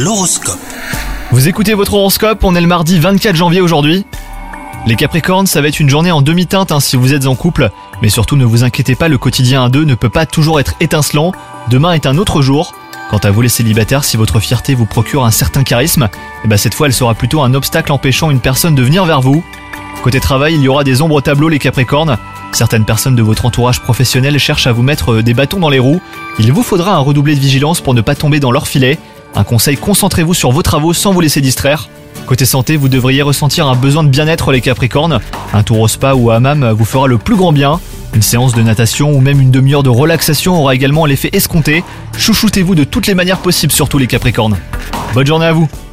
L'horoscope. Vous écoutez votre horoscope, on est le mardi 24 janvier aujourd'hui. Les Capricornes, ça va être une journée en demi-teinte si vous êtes en couple. Mais surtout ne vous inquiétez pas, le quotidien à deux ne peut pas toujours être étincelant. Demain est un autre jour. Quant à vous les célibataires, si votre fierté vous procure un certain charisme, cette fois elle sera plutôt un obstacle empêchant une personne de venir vers vous. Côté travail, il y aura des ombres au tableau les Capricornes. Certaines personnes de votre entourage professionnel cherchent à vous mettre des bâtons dans les roues. Il vous faudra un redoubler de vigilance pour ne pas tomber dans leur filet. Un conseil, concentrez-vous sur vos travaux sans vous laisser distraire. Côté santé, vous devriez ressentir un besoin de bien-être les Capricornes. Un tour au spa ou au hammam vous fera le plus grand bien. Une séance de natation ou même une demi-heure de relaxation aura également l'effet escompté. Chouchoutez-vous de toutes les manières possibles, surtout les Capricornes. Bonne journée à vous!